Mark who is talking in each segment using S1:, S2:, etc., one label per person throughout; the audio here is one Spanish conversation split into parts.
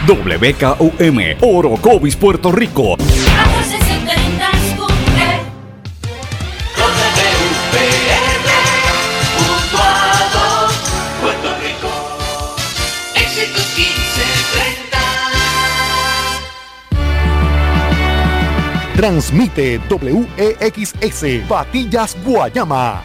S1: WKUM, Orocovis, Puerto Rico.
S2: Transmite WEXS Patillas, Guayama.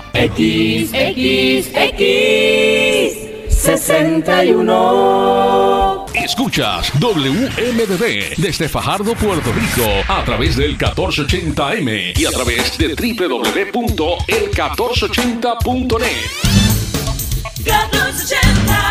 S3: XX61.
S1: Escuchas WMDD desde Fajardo, Puerto Rico, a través del 1480M y a través de www.el1480.net.
S3: 1480.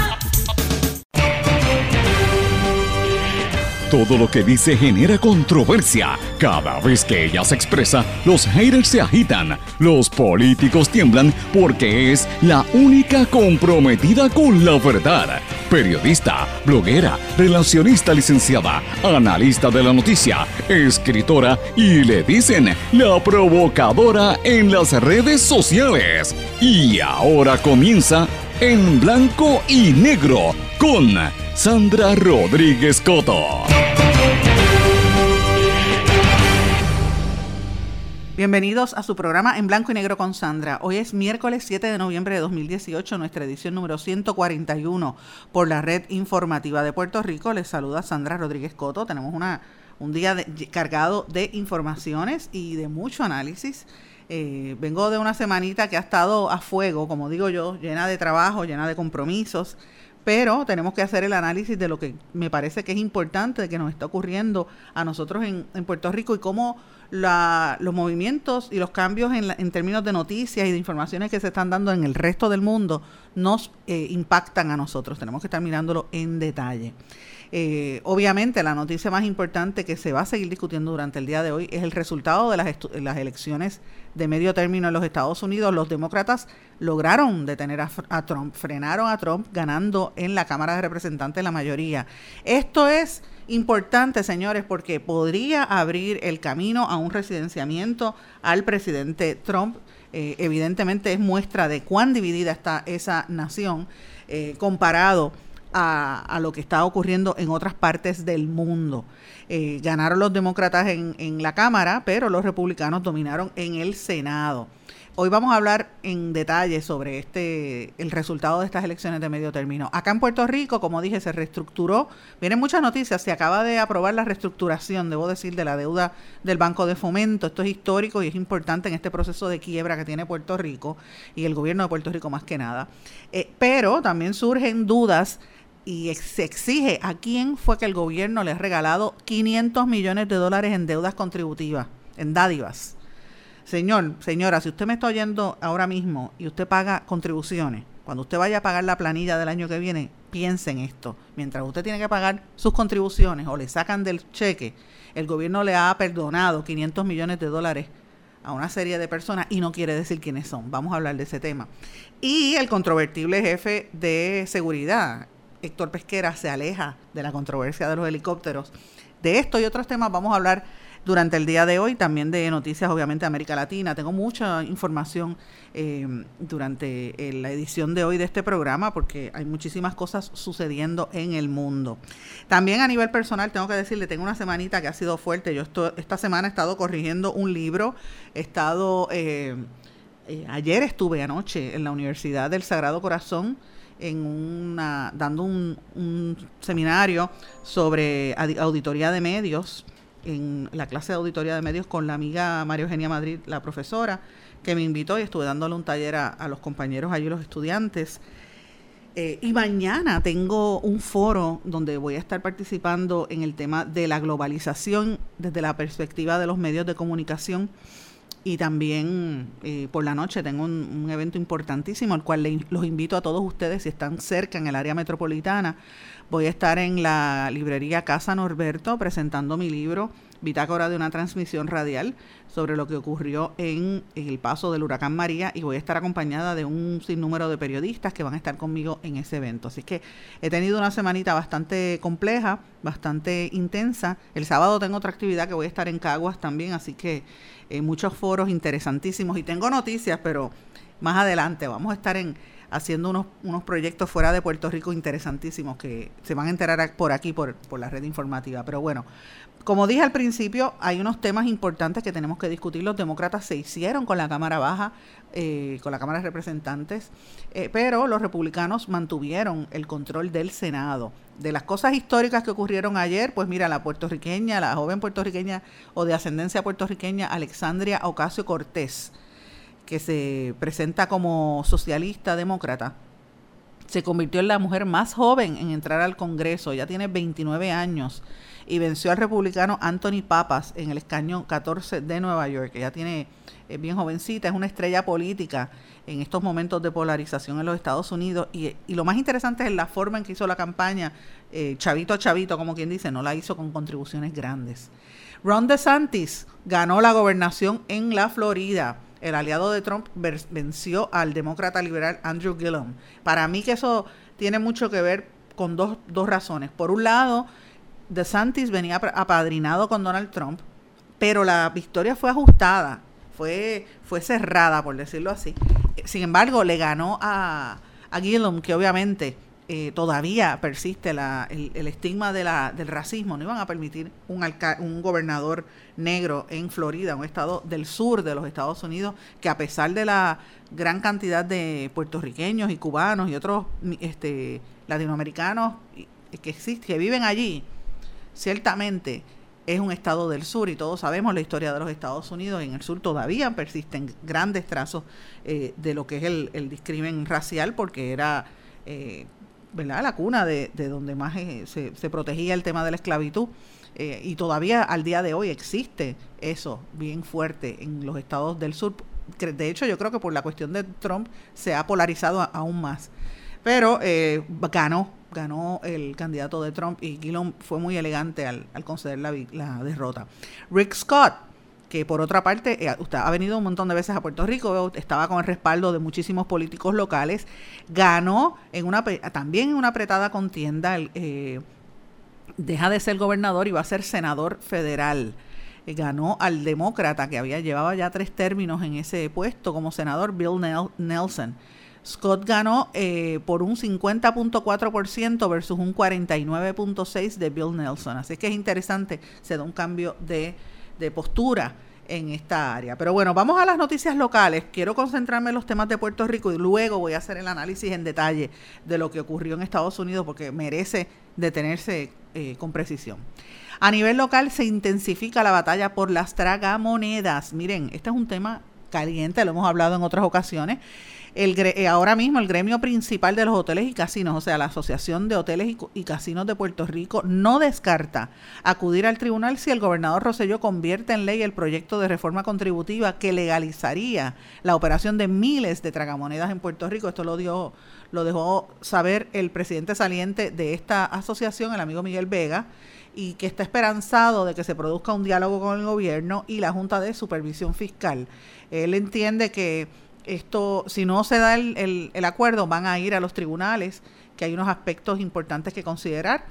S1: Todo lo que dice genera controversia. Cada vez que ella se expresa, los haters se agitan, los políticos tiemblan porque es la única comprometida con la verdad. Periodista, bloguera, relacionista licenciada, analista de la noticia, escritora y le dicen la provocadora en las redes sociales. Y ahora comienza En Blanco y Negro con Sandra Rodríguez Coto.
S4: Bienvenidos a su programa En Blanco y Negro con Sandra. Hoy es miércoles 7 de noviembre de 2018, nuestra edición número 141 por la Red Informativa de Puerto Rico. Les saluda Sandra Rodríguez Coto. Tenemos un día cargado de informaciones y de mucho análisis. Vengo de una semanita que ha estado a fuego, como digo yo, llena de trabajo, llena de compromisos, pero tenemos que hacer el análisis de lo que me parece que es importante, de que nos está ocurriendo a nosotros en Puerto Rico y cómo los movimientos y los cambios en términos de noticias y de informaciones que se están dando en el resto del mundo nos impactan a nosotros. Tenemos que estar mirándolo en detalle. Obviamente la noticia más importante que se va a seguir discutiendo durante el día de hoy es el resultado de las elecciones de medio término en los Estados Unidos. Los demócratas lograron detener a Trump, frenaron a Trump ganando en la Cámara de Representantes la mayoría. Esto es importante, señores, porque podría abrir el camino a un residenciamiento al presidente Trump. Evidentemente es muestra de cuán dividida está esa nación comparado a lo que está ocurriendo en otras partes del mundo. Ganaron los demócratas en la Cámara, pero los republicanos dominaron en el Senado. Hoy vamos a hablar en detalle sobre el resultado de estas elecciones de medio término. Acá en Puerto Rico, como dije, se reestructuró. Vienen muchas noticias. Se acaba de aprobar la reestructuración, debo decir, de la deuda del Banco de Fomento. Esto es histórico y es importante en este proceso de quiebra que tiene Puerto Rico y el gobierno de Puerto Rico más que nada. Pero también surgen dudas y se exige a quién fue que el gobierno le ha regalado $500 millones en deudas contributivas, en dádivas. Señora, si usted me está oyendo ahora mismo y usted paga contribuciones, cuando usted vaya a pagar la planilla del año que viene, piense en esto. Mientras usted tiene que pagar sus contribuciones o le sacan del cheque, el gobierno le ha perdonado $500 millones a una serie de personas y no quiere decir quiénes son. Vamos a hablar de ese tema. Y el controvertible jefe de seguridad, Héctor Pesquera, se aleja de la controversia de los helicópteros. De esto y otros temas vamos a hablar durante el día de hoy, también de noticias obviamente de América Latina. Tengo mucha información durante la edición de hoy de este programa porque hay muchísimas cosas sucediendo en el mundo. También a nivel personal tengo que decirle, tengo una semanita que ha sido fuerte. Yo esta semana he estado corrigiendo un libro, ayer estuve anoche en la Universidad del Sagrado Corazón dando un seminario sobre auditoría de medios, en la clase de auditoría de medios con la amiga María Eugenia Madrid, la profesora, que me invitó y estuve dándole un taller a los compañeros allí, los estudiantes. Y mañana tengo un foro donde voy a estar participando en el tema de la globalización desde la perspectiva de los medios de comunicación. Y también por la noche tengo un evento importantísimo, al cual los invito a todos ustedes, si están cerca en el área metropolitana. Voy a estar en la librería Casa Norberto presentando mi libro, Bitácora de una transmisión radial, sobre lo que ocurrió en el paso del huracán María, y voy a estar acompañada de un sinnúmero de periodistas que van a estar conmigo en ese evento. Así que he tenido una semanita bastante compleja, bastante intensa. El sábado tengo otra actividad que voy a estar en Caguas también, así que muchos foros interesantísimos. Y tengo noticias, pero más adelante vamos a estar haciendo unos proyectos fuera de Puerto Rico interesantísimos que se van a enterar por aquí, por la red informativa. Pero bueno, como dije al principio, hay unos temas importantes que tenemos que discutir. Los demócratas se hicieron con la Cámara Baja, con la Cámara de Representantes, pero los republicanos mantuvieron el control del Senado. De las cosas históricas que ocurrieron ayer, pues mira, la joven puertorriqueña o de ascendencia puertorriqueña, Alexandria Ocasio-Cortez, que se presenta como socialista demócrata, se convirtió en la mujer más joven en entrar al Congreso. Ya tiene 29 años y venció al republicano Anthony Pappas en el escaño 14 de Nueva York. Ella es bien jovencita, es una estrella política en estos momentos de polarización en los Estados Unidos. Y lo más interesante es la forma en que hizo la campaña, chavito a chavito, como quien dice, no la hizo con contribuciones grandes. Ron DeSantis ganó la gobernación en la Florida. El aliado de Trump venció al demócrata liberal Andrew Gillum. Para mí que eso tiene mucho que ver con dos razones. Por un lado, DeSantis venía apadrinado con Donald Trump, pero la victoria fue ajustada, fue cerrada, por decirlo así. Sin embargo, le ganó a Gillum, que obviamente todavía persiste el estigma del racismo. No iban a permitir un gobernador negro en Florida, un estado del sur de los Estados Unidos, que a pesar de la gran cantidad de puertorriqueños y cubanos y otros latinoamericanos que viven allí, ciertamente es un estado del sur, y todos sabemos la historia de los Estados Unidos. En el sur todavía persisten grandes trazos de lo que es el discrimen racial, porque era ¿verdad? La cuna de donde más se protegía el tema de la esclavitud, y todavía al día de hoy existe eso bien fuerte en los estados del sur. De hecho, yo creo que por la cuestión de Trump se ha polarizado aún más, pero ganó el candidato de Trump, y Gillum fue muy elegante al conceder la derrota. Rick Scott, que por otra parte usted ha venido un montón de veces a Puerto Rico, estaba con el respaldo de muchísimos políticos locales, ganó también en una apretada contienda, deja de ser gobernador y va a ser senador federal. Ganó al demócrata que llevaba ya 3 términos en ese puesto como senador, Bill Nelson. Scott ganó por un 50.4% versus un 49.6% de Bill Nelson. Así que es interesante, se da un cambio de postura en esta área. Pero bueno, vamos a las noticias locales. Quiero concentrarme en los temas de Puerto Rico y luego voy a hacer el análisis en detalle de lo que ocurrió en Estados Unidos, porque merece detenerse con precisión. A nivel local se intensifica la batalla por las tragamonedas. Miren, este es un tema caliente, lo hemos hablado en otras ocasiones. Ahora mismo el gremio principal de los hoteles y casinos, o sea, la Asociación de Hoteles y Casinos de Puerto Rico, no descarta acudir al tribunal si el gobernador Rosselló convierte en ley el proyecto de reforma contributiva que legalizaría la operación de miles de tragamonedas en Puerto Rico. Esto lo dejó saber el presidente saliente de esta asociación, el amigo Miguel Vega, y que está esperanzado de que se produzca un diálogo con el gobierno y la Junta de Supervisión Fiscal. Él entiende que esto, si no se da el acuerdo, van a ir a los tribunales, que hay unos aspectos importantes que considerar.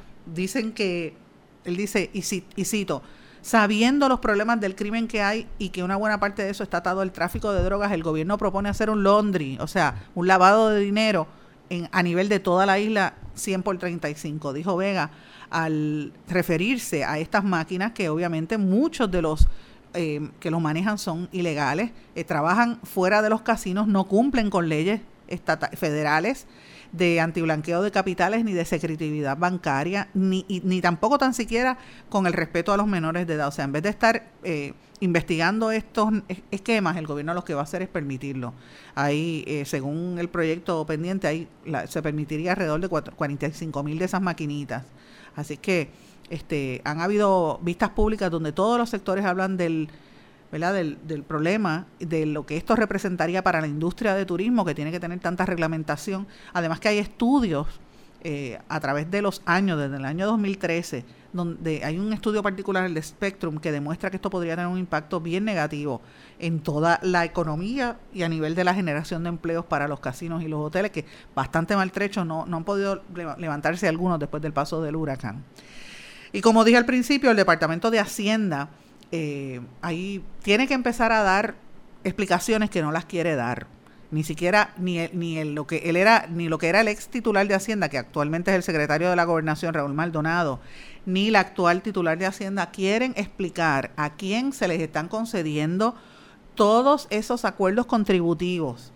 S4: Él dice, y cito, sabiendo los problemas del crimen que hay y que una buena parte de eso está atado al tráfico de drogas, el gobierno propone hacer un laundry, o sea, un lavado de dinero a nivel de toda la isla, 100 por 35, dijo Vega, al referirse a estas máquinas que obviamente muchos de los que los manejan son ilegales, trabajan fuera de los casinos, no cumplen con leyes federales de antiblanqueo de capitales, ni de secretividad bancaria, ni tampoco tan siquiera con el respeto a los menores de edad. O sea, en vez de estar investigando estos esquemas, el gobierno lo que va a hacer es permitirlo. Ahí, según el proyecto pendiente, ahí se permitiría alrededor de 45,000 de esas maquinitas. Así que han habido vistas públicas donde todos los sectores hablan del problema, de lo que esto representaría para la industria de turismo, que tiene que tener tanta reglamentación. Además que hay estudios a través de los años, desde el año 2013, donde hay un estudio particular, el de Spectrum, que demuestra que esto podría tener un impacto bien negativo en toda la economía y a nivel de la generación de empleos para los casinos y los hoteles, que bastante maltrechos no han podido levantarse algunos después del paso del huracán. Y como dije al principio, el Departamento de Hacienda ahí tiene que empezar a dar explicaciones que no las quiere dar. ni siquiera lo que era el ex titular de Hacienda, que actualmente es el secretario de la Gobernación, Raúl Maldonado, ni la actual titular de Hacienda quieren explicar a quién se les están concediendo todos esos acuerdos contributivos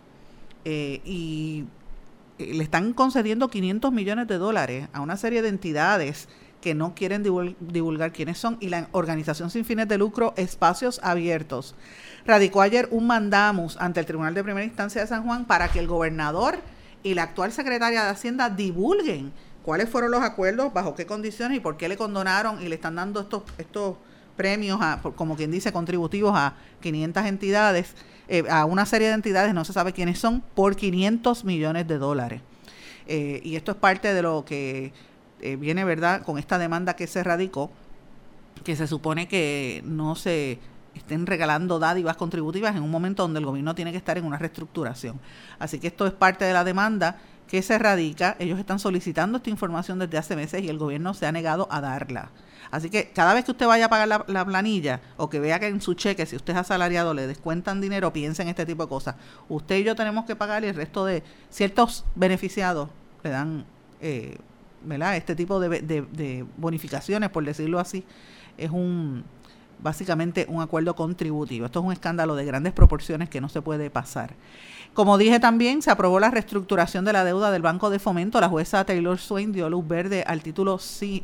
S4: y le están concediendo $500 millones a una serie de entidades que no quieren divulgar quiénes son, y la organización sin fines de lucro Espacios Abiertos radicó ayer un mandamus ante el Tribunal de Primera Instancia de San Juan para que el gobernador y la actual secretaria de Hacienda divulguen cuáles fueron los acuerdos, bajo qué condiciones y por qué le condonaron y le están dando estos premios, como quien dice, contributivos a 500 entidades, a una serie de entidades, no se sabe quiénes son, por $500 millones. Y esto es parte de lo que viene, ¿verdad?, con esta demanda que se radicó, que se supone que no se estén regalando dádivas contributivas en un momento donde el gobierno tiene que estar en una reestructuración. Así que esto es parte de la demanda que se radica. Ellos están solicitando esta información desde hace meses y el gobierno se ha negado a darla. Así que cada vez que usted vaya a pagar la planilla o que vea que en su cheque, si usted es asalariado, le descuentan dinero, piense en este tipo de cosas. Usted y yo tenemos que pagar y el resto de ciertos beneficiados le dan ¿verdad?, este tipo de bonificaciones, por decirlo así. Es básicamente un acuerdo contributivo. Esto es un escándalo de grandes proporciones que no se puede pasar. Como dije también, se aprobó la reestructuración de la deuda del Banco de Fomento. La jueza Taylor Swain dio luz verde al título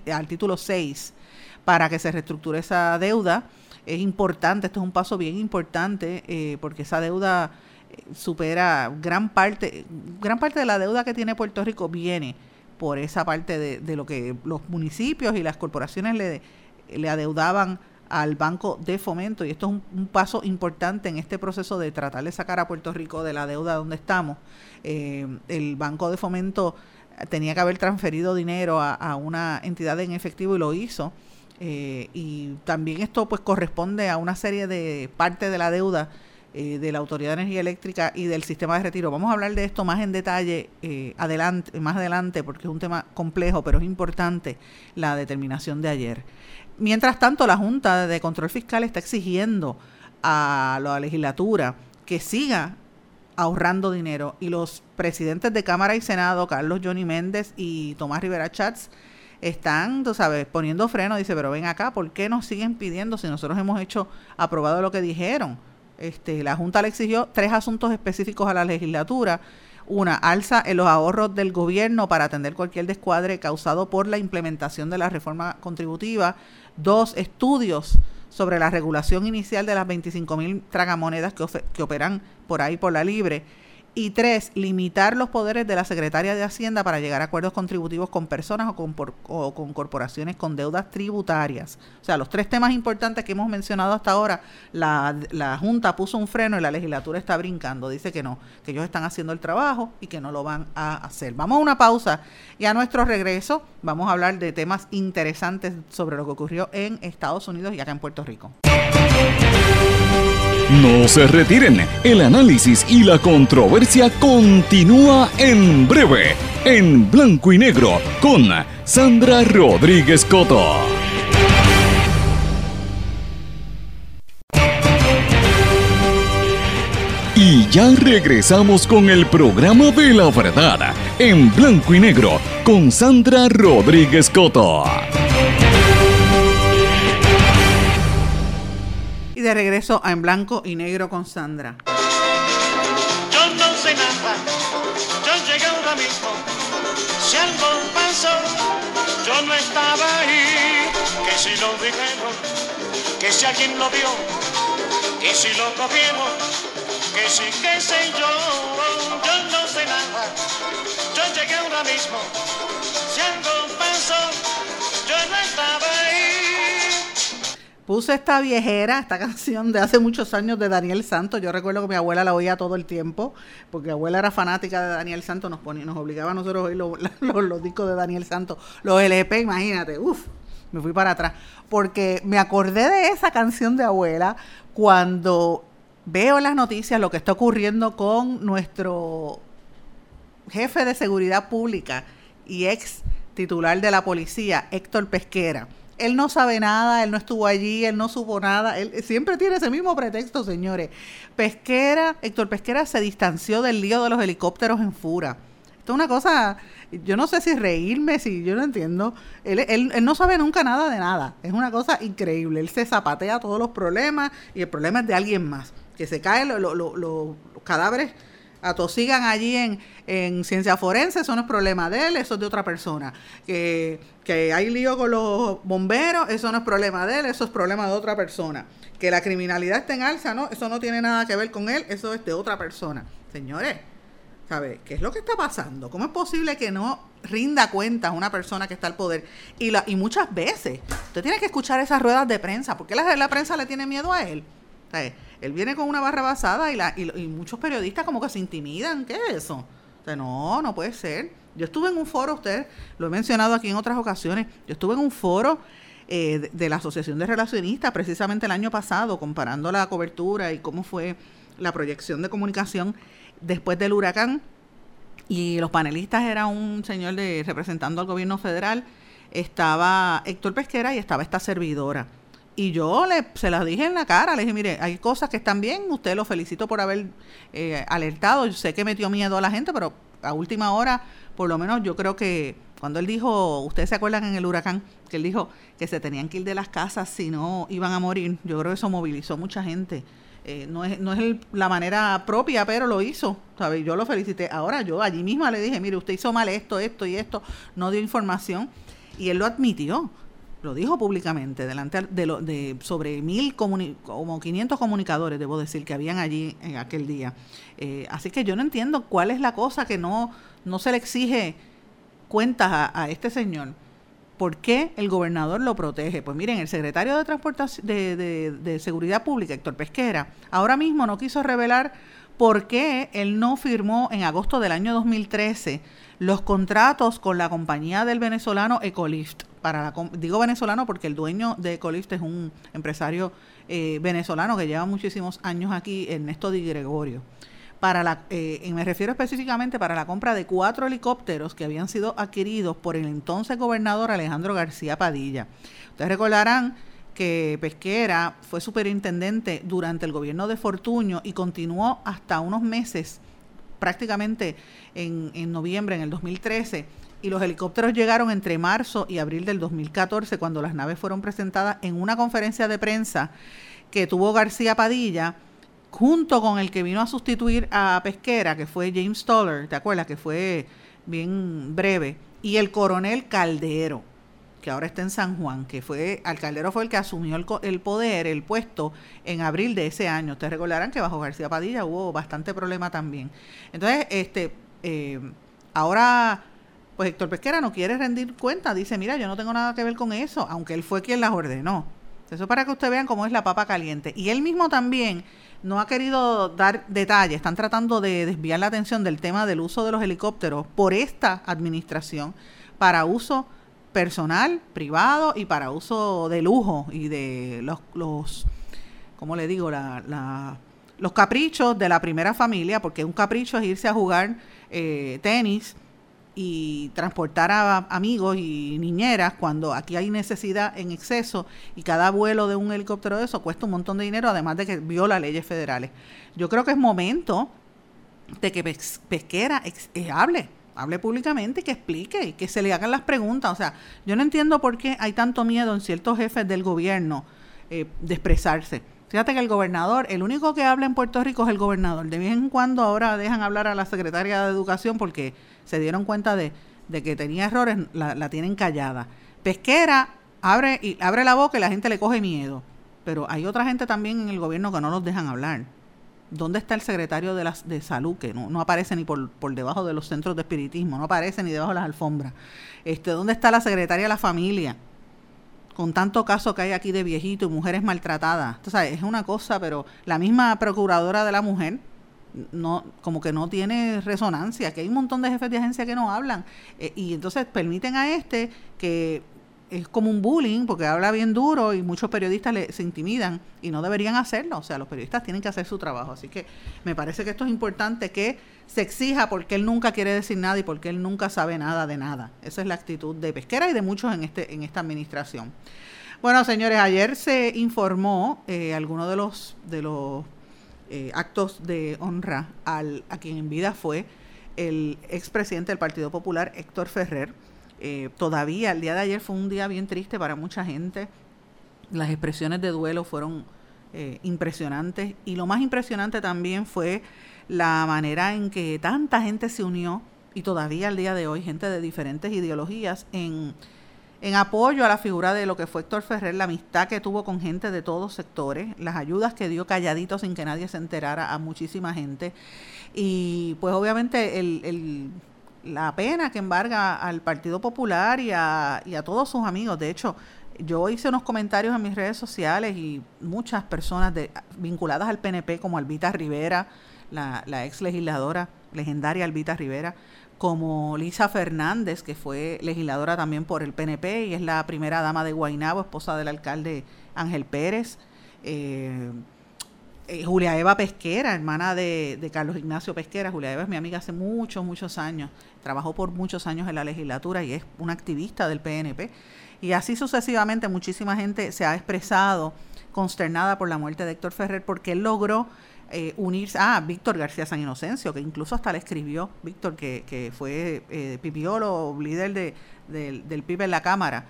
S4: 6 para que se reestructure esa deuda. Es importante, esto es un paso bien importante, porque esa deuda supera gran parte de la deuda que tiene Puerto Rico viene por esa parte de lo que los municipios y las corporaciones le adeudaban al Banco de Fomento, y esto es un paso importante en este proceso de tratar de sacar a Puerto Rico de la deuda donde estamos. El Banco de Fomento tenía que haber transferido dinero a una entidad en efectivo y lo hizo, y también esto pues corresponde a una serie de parte de la deuda de la Autoridad de Energía Eléctrica y del sistema de retiro. Vamos a hablar de esto más en detalle más adelante, porque es un tema complejo, pero es importante la determinación de ayer. Mientras tanto, la Junta de Control Fiscal está exigiendo a la legislatura que siga ahorrando dinero, y los presidentes de Cámara y Senado, Carlos Johnny Méndez y Tomás Rivera Chats, están, tú sabes, poniendo freno. Dice, pero ven acá, ¿por qué nos siguen pidiendo si nosotros hemos aprobado lo que dijeron? La Junta le exigió 3 asuntos específicos a la legislatura. Una, alza en los ahorros del gobierno para atender cualquier descuadre causado por la implementación de la reforma contributiva. 2, estudios sobre la regulación inicial de las 25,000 tragamonedas que operan por ahí por la libre. Y 3, limitar los poderes de la Secretaria de Hacienda para llegar a acuerdos contributivos con personas o con corporaciones con deudas tributarias. O sea, los 3 temas importantes que hemos mencionado hasta ahora, la Junta puso un freno y la legislatura está brincando. Dice que no, que ellos están haciendo el trabajo y que no lo van a hacer. Vamos a una pausa y a nuestro regreso vamos a hablar de temas interesantes sobre lo que ocurrió en Estados Unidos y acá en Puerto Rico.
S1: No se retiren, el análisis y la controversia continúa en breve, en Blanco y Negro, con Sandra Rodríguez Coto. Y ya regresamos con el programa de la verdad, en Blanco y Negro, con Sandra Rodríguez Coto.
S4: Y de regreso a En Blanco y Negro con Sandra.
S3: Yo no sé nada, yo llegué ahora mismo. Si algo pasó, yo no estaba ahí. Que si lo dijeron, que si alguien lo vio, que si lo cogieron, que sí, que sé yo. Yo no sé nada, yo llegué ahora mismo. Si algo pasó, yo no estaba ahí.
S4: Puse esta viejera, esta canción de hace muchos años de Daniel Santos. Yo recuerdo que mi abuela la oía todo el tiempo, porque mi abuela era fanática de Daniel Santos, nos obligaba a nosotros a oír los discos de Daniel Santos, los LP, imagínate, me fui para atrás, porque me acordé de esa canción de abuela cuando veo en las noticias lo que está ocurriendo con nuestro jefe de seguridad pública y ex titular de la policía, Héctor Pesquera. él no sabe nada, él no estuvo allí, él no supo nada, él siempre tiene ese mismo pretexto, señores. Héctor Pesquera se distanció del lío de los helicópteros en Fura. Esto es una cosa, yo no sé si reírme, si yo no entiendo. Él no sabe nunca nada de nada. Es una cosa increíble. Él se zapatea todos los problemas y el problema es de alguien más. Que se caen los cadáveres, atosigan allí en ciencia forense, eso no es problema de él, eso es de otra persona. Que hay lío con los bomberos, eso no es problema de él, eso es problema de otra persona. Que la criminalidad está en alza, no, eso no tiene nada que ver con él, eso es de otra persona. Señores, ¿sabe qué es lo que está pasando? ¿Cómo es posible que no rinda cuentas una persona que está al poder? Y muchas veces, usted tiene que escuchar esas ruedas de prensa, porque la prensa le tiene miedo a él. ¿Sabe? Él viene con una barra basada y muchos periodistas como que se intimidan. ¿Qué es eso? O sea, no puede ser. Yo estuve en un foro, usted lo he mencionado aquí en otras ocasiones, yo estuve en un foro de la Asociación de Relacionistas precisamente el año pasado, comparando la cobertura y cómo fue la proyección de comunicación después del huracán, y los panelistas era un señor representando al gobierno federal, estaba Héctor Pesquera y estaba esta servidora. Y yo se las dije en la cara, le dije, mire, hay cosas que están bien, usted lo felicito por haber alertado, yo sé que metió miedo a la gente, pero a última hora, por lo menos yo creo que cuando él dijo, ustedes se acuerdan en el huracán, que él dijo que se tenían que ir de las casas si no iban a morir, yo creo que eso movilizó mucha gente. No es la manera propia, pero lo hizo, ¿sabe? Yo lo felicité. Ahora yo allí misma le dije, mire, usted hizo mal esto y esto, no dio información, y él lo admitió. Lo dijo públicamente, delante de sobre 500 comunicadores, debo decir, que habían allí en aquel día. Así que yo no entiendo cuál es la cosa que no se le exige cuentas a este señor. ¿Por qué el gobernador lo protege? Pues miren, el secretario de Transportación de Seguridad Pública, Héctor Pesquera, ahora mismo no quiso revelar por qué él no firmó en agosto del año 2013 los contratos con la compañía del venezolano Ecolift. Digo venezolano porque el dueño de Ecolift es un empresario venezolano que lleva muchísimos años aquí, Ernesto Di Gregorio. Me refiero específicamente para la compra de 4 helicópteros que habían sido adquiridos por el entonces gobernador Alejandro García Padilla. Ustedes recordarán que Pesquera fue superintendente durante el gobierno de Fortuño y continuó hasta unos meses, prácticamente en noviembre, en el 2013, y los helicópteros llegaron entre marzo y abril del 2014, cuando las naves fueron presentadas en una conferencia de prensa que tuvo García Padilla, junto con el que vino a sustituir a Pesquera, que fue James Toller, ¿te acuerdas? Que fue bien breve, y el coronel Caldero, que ahora está en San Juan, Caldero fue el que asumió el puesto en abril de ese año. Ustedes recordarán que bajo García Padilla hubo bastante problema también. Entonces, ahora, pues Héctor Pesquera no quiere rendir cuenta, dice, mira, yo no tengo nada que ver con eso, aunque él fue quien las ordenó. Eso para que ustedes vean cómo es la papa caliente. Y él mismo también no ha querido dar detalles, están tratando de desviar la atención del tema del uso de los helicópteros por esta administración para uso personal, privado y para uso de lujo y de los ¿cómo le digo? Los caprichos de la primera familia, porque un capricho es irse a jugar tenis y transportar a amigos y niñeras cuando aquí hay necesidad en exceso y cada vuelo de un helicóptero de eso cuesta un montón de dinero, además de que viola leyes federales. Yo creo que es momento de que Pesquera hable públicamente y que explique y que se le hagan las preguntas. O sea, yo no entiendo por qué hay tanto miedo en ciertos jefes del gobierno de expresarse. Fíjate que el único que habla en Puerto Rico es el gobernador. De vez en cuando ahora dejan hablar a la secretaria de Educación porque se dieron cuenta de que tenía errores, la tienen callada. Pesquera abre la boca y la gente le coge miedo. Pero hay otra gente también en el gobierno que no los dejan hablar. ¿Dónde está el secretario de Salud? Que no aparece ni por debajo de los centros de espiritismo, no aparece ni debajo de las alfombras. ¿Dónde está la secretaria de la familia? Con tanto caso que hay aquí de viejitos y mujeres maltratadas. Entonces, es una cosa, pero la misma procuradora de la mujer como que no tiene resonancia, que hay un montón de jefes de agencia que no hablan. Y entonces permiten a que es como un bullying porque habla bien duro y muchos periodistas se intimidan y no deberían hacerlo. O sea, los periodistas tienen que hacer su trabajo. Así que me parece que esto es importante que se exija porque él nunca quiere decir nada y porque él nunca sabe nada de nada. Esa es la actitud de Pesquera y de muchos en esta administración. Bueno, señores, ayer se informó algunos de los actos de honra a quien en vida fue el expresidente del Partido Popular, Héctor Ferrer. Todavía el día de ayer fue un día bien triste para mucha gente. Las expresiones de duelo fueron impresionantes y lo más impresionante también fue la manera en que tanta gente se unió y todavía al día de hoy gente de diferentes ideologías en apoyo a la figura de lo que fue Héctor Ferrer, la amistad que tuvo con gente de todos sectores, las ayudas que dio calladito sin que nadie se enterara a muchísima gente y pues obviamente la pena que embarga al Partido Popular y a todos sus amigos. De hecho, yo hice unos comentarios en mis redes sociales y muchas personas vinculadas al PNP, como Albita Rivera, la ex legisladora legendaria Albita Rivera, como Lisa Fernández, que fue legisladora también por el PNP y es la primera dama de Guaynabo, esposa del alcalde Ángel Pérez, Julia Eva Pesquera, hermana de Carlos Ignacio Pesquera. Julia Eva es mi amiga hace muchos años, trabajó por muchos años en la legislatura y es una activista del PNP. Y así sucesivamente muchísima gente se ha expresado consternada por la muerte de Héctor Ferrer porque él logró unirse a Víctor García San Inocencio, que incluso hasta le escribió, Víctor, que fue pipiolo, líder del PIB en la Cámara,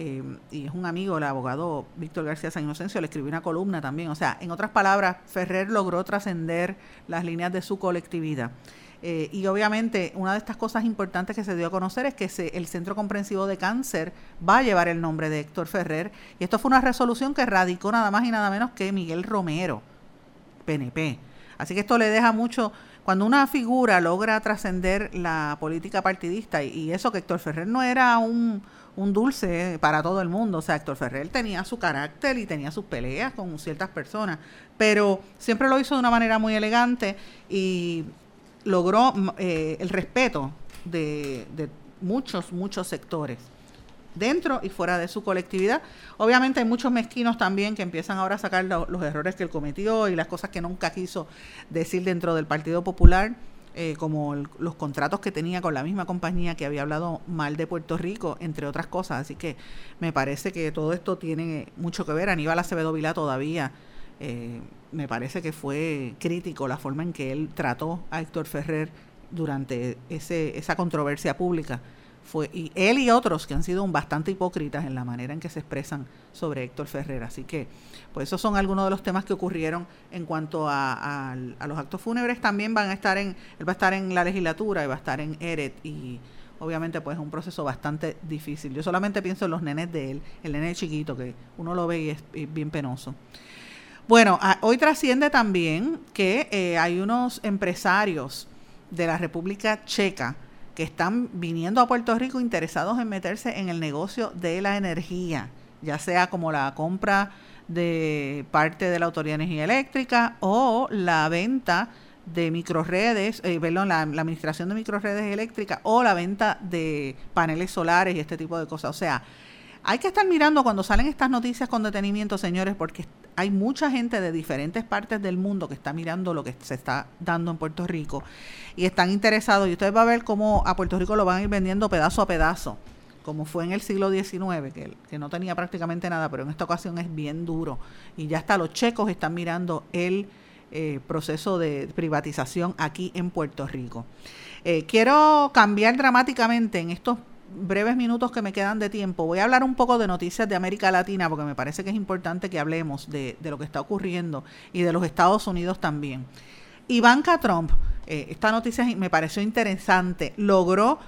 S4: y es un amigo, el abogado Víctor García San Inocencio, le escribió una columna también. O sea, en otras palabras, Ferrer logró trascender las líneas de su colectividad. Y obviamente una de estas cosas importantes que se dio a conocer es que el Centro Comprensivo de Cáncer va a llevar el nombre de Héctor Ferrer, y esto fue una resolución que radicó nada más y nada menos que Miguel Romero, PNP. Así que esto le deja mucho, cuando una figura logra trascender la política partidista, y eso que Héctor Ferrer no era un dulce para todo el mundo. O sea, Héctor Ferrer tenía su carácter y tenía sus peleas con ciertas personas, pero siempre lo hizo de una manera muy elegante y logró el respeto de muchos sectores dentro y fuera de su colectividad. Obviamente hay muchos mezquinos también que empiezan ahora a sacar los errores que él cometió y las cosas que nunca quiso decir dentro del Partido Popular, como los contratos que tenía con la misma compañía que había hablado mal de Puerto Rico, entre otras cosas. Así que me parece que todo esto tiene mucho que ver. Aníbal Acevedo Vilá todavía me parece que fue crítico la forma en que él trató a Héctor Ferrer durante esa controversia pública. Y él y otros que han sido bastante hipócritas en la manera en que se expresan sobre Héctor Ferrer. Así que, pues esos son algunos de los temas que ocurrieron en cuanto a los actos fúnebres. También él va a estar en la legislatura y va a estar en ERET, y obviamente pues es un proceso bastante difícil. Yo solamente pienso en los nenes de él, el nene chiquito, que uno lo ve y es bien penoso. Bueno, hoy trasciende también que hay unos empresarios de la República Checa que están viniendo a Puerto Rico interesados en meterse en el negocio de la energía, ya sea como la compra de parte de la Autoridad de Energía Eléctrica o la venta de microredes, la administración de microredes eléctricas o la venta de paneles solares y este tipo de cosas. O sea, hay que estar mirando cuando salen estas noticias con detenimiento, señores, porque hay mucha gente de diferentes partes del mundo que está mirando lo que se está dando en Puerto Rico y están interesados. Y ustedes van a ver cómo a Puerto Rico lo van a ir vendiendo pedazo a pedazo, como fue en el siglo XIX, que no tenía prácticamente nada, pero en esta ocasión es bien duro. Y ya hasta los checos están mirando el proceso de privatización aquí en Puerto Rico. Quiero cambiar dramáticamente en estos breves minutos que me quedan de tiempo. Voy a hablar un poco de noticias de América Latina porque me parece que es importante que hablemos de lo que está ocurriendo y de los Estados Unidos también. Ivanka Trump, esta noticia me pareció interesante, logró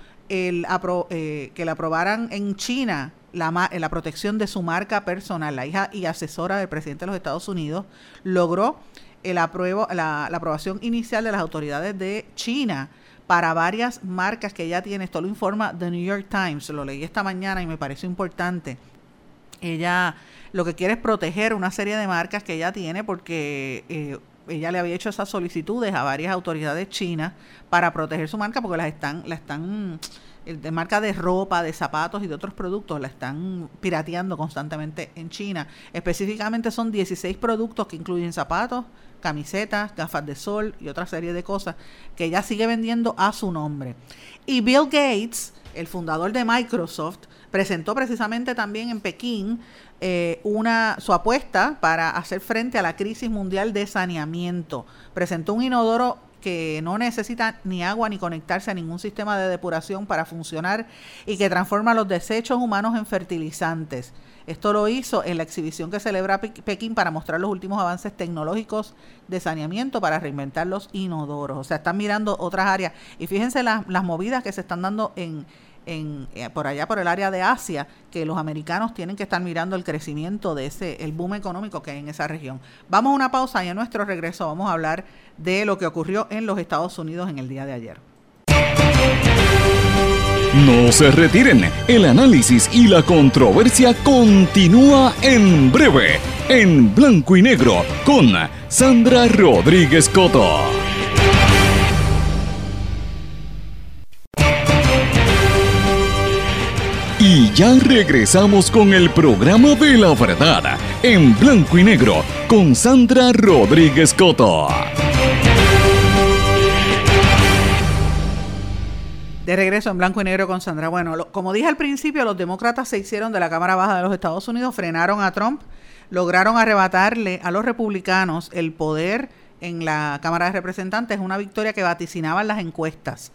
S4: que le aprobaran en China la protección de su marca personal. La hija y asesora del presidente de los Estados Unidos logró la aprobación inicial de las autoridades de China para varias marcas que ella tiene. Esto lo informa The New York Times, lo leí esta mañana y me pareció importante. Ella lo que quiere es proteger una serie de marcas que ella tiene porque ella le había hecho esas solicitudes a varias autoridades chinas para proteger su marca porque la están de marca de ropa, de zapatos y de otros productos, la están pirateando constantemente en China. Específicamente son 16 productos que incluyen zapatos, camisetas, gafas de sol y otra serie de cosas que ella sigue vendiendo a su nombre. Y Bill Gates, el fundador de Microsoft, presentó precisamente también en Pekín su apuesta para hacer frente a la crisis mundial de saneamiento. Presentó un inodoro que no necesita ni agua ni conectarse a ningún sistema de depuración para funcionar y que transforma los desechos humanos en fertilizantes. Esto lo hizo en la exhibición que celebra Pekín para mostrar los últimos avances tecnológicos de saneamiento para reinventar los inodoros. O sea, están mirando otras áreas. Y fíjense las movidas que se están dando por allá, por el área de Asia, que los americanos tienen que estar mirando el crecimiento de el boom económico que hay en esa región. Vamos a una pausa y a nuestro regreso vamos a hablar de lo que ocurrió en los Estados Unidos en el día de ayer.
S1: No se retiren, el análisis y la controversia continúa en breve, en Blanco y Negro, con Sandra Rodríguez Coto. Y ya regresamos con el programa de la verdad, en Blanco y Negro, con Sandra Rodríguez Coto.
S4: De regreso en Blanco y Negro con Sandra. Bueno, como dije al principio, los demócratas se hicieron de la Cámara Baja de los Estados Unidos, frenaron a Trump, lograron arrebatarle a los republicanos el poder en la Cámara de Representantes, una victoria que vaticinaban las encuestas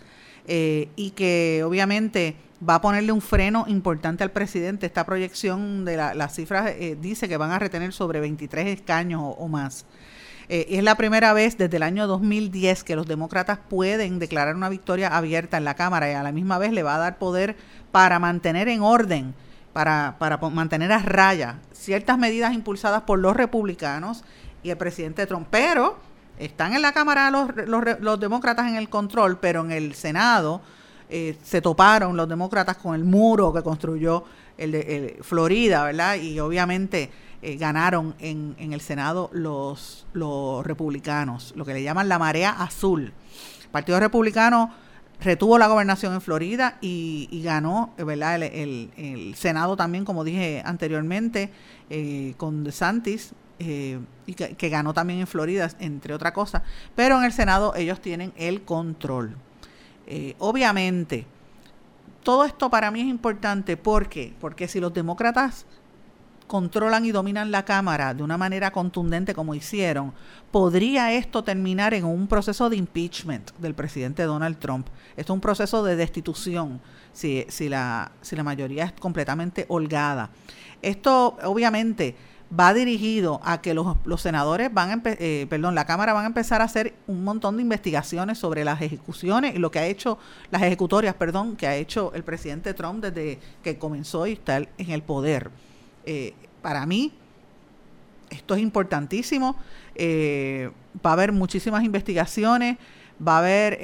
S4: y que obviamente va a ponerle un freno importante al presidente. Esta proyección de las cifras dice que van a retener sobre 23 escaños o más. Es la primera vez desde el año 2010 que los demócratas pueden declarar una victoria abierta en la Cámara y a la misma vez le va a dar poder para mantener en orden, para mantener a raya ciertas medidas impulsadas por los republicanos y el presidente Trump. Pero están en la Cámara los demócratas en el control, pero en el Senado se toparon los demócratas con el muro que construyó el Florida, ¿verdad? Y obviamente ganaron en el Senado los republicanos, lo que le llaman la marea azul. El Partido Republicano retuvo la gobernación en Florida y ganó, ¿verdad? El Senado también, como dije anteriormente, con DeSantis, y que ganó también en Florida, entre otras cosas. Pero en el Senado ellos tienen el control. Obviamente, todo esto para mí es importante. ¿Por qué? Porque si los demócratas controlan y dominan la Cámara de una manera contundente como hicieron, podría esto terminar en un proceso de impeachment del presidente Donald Trump. Esto es un proceso de destitución si la mayoría es completamente holgada. Esto obviamente va dirigido a que los senadores la Cámara van a empezar a hacer un montón de investigaciones sobre las ejecuciones y lo que ha hecho, las ejecutorias, que ha hecho el presidente Trump desde que comenzó y está en el poder. Para mí, esto es importantísimo. Va a haber muchísimas investigaciones, va a haber,